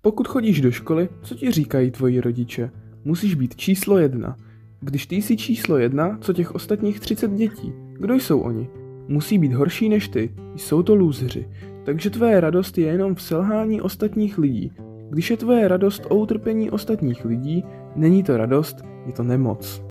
Pokud chodíš do školy, co ti říkají tvoji rodiče? Musíš být číslo 1. Když ty jsi číslo 1, co těch ostatních 30 dětí? Kdo jsou oni? Musí být horší než ty, jsou to lůzři. Takže tvoje radost je jenom v selhání ostatních lidí. Když je tvoje radost o utrpení ostatních lidí, není to radost, je to nemoc.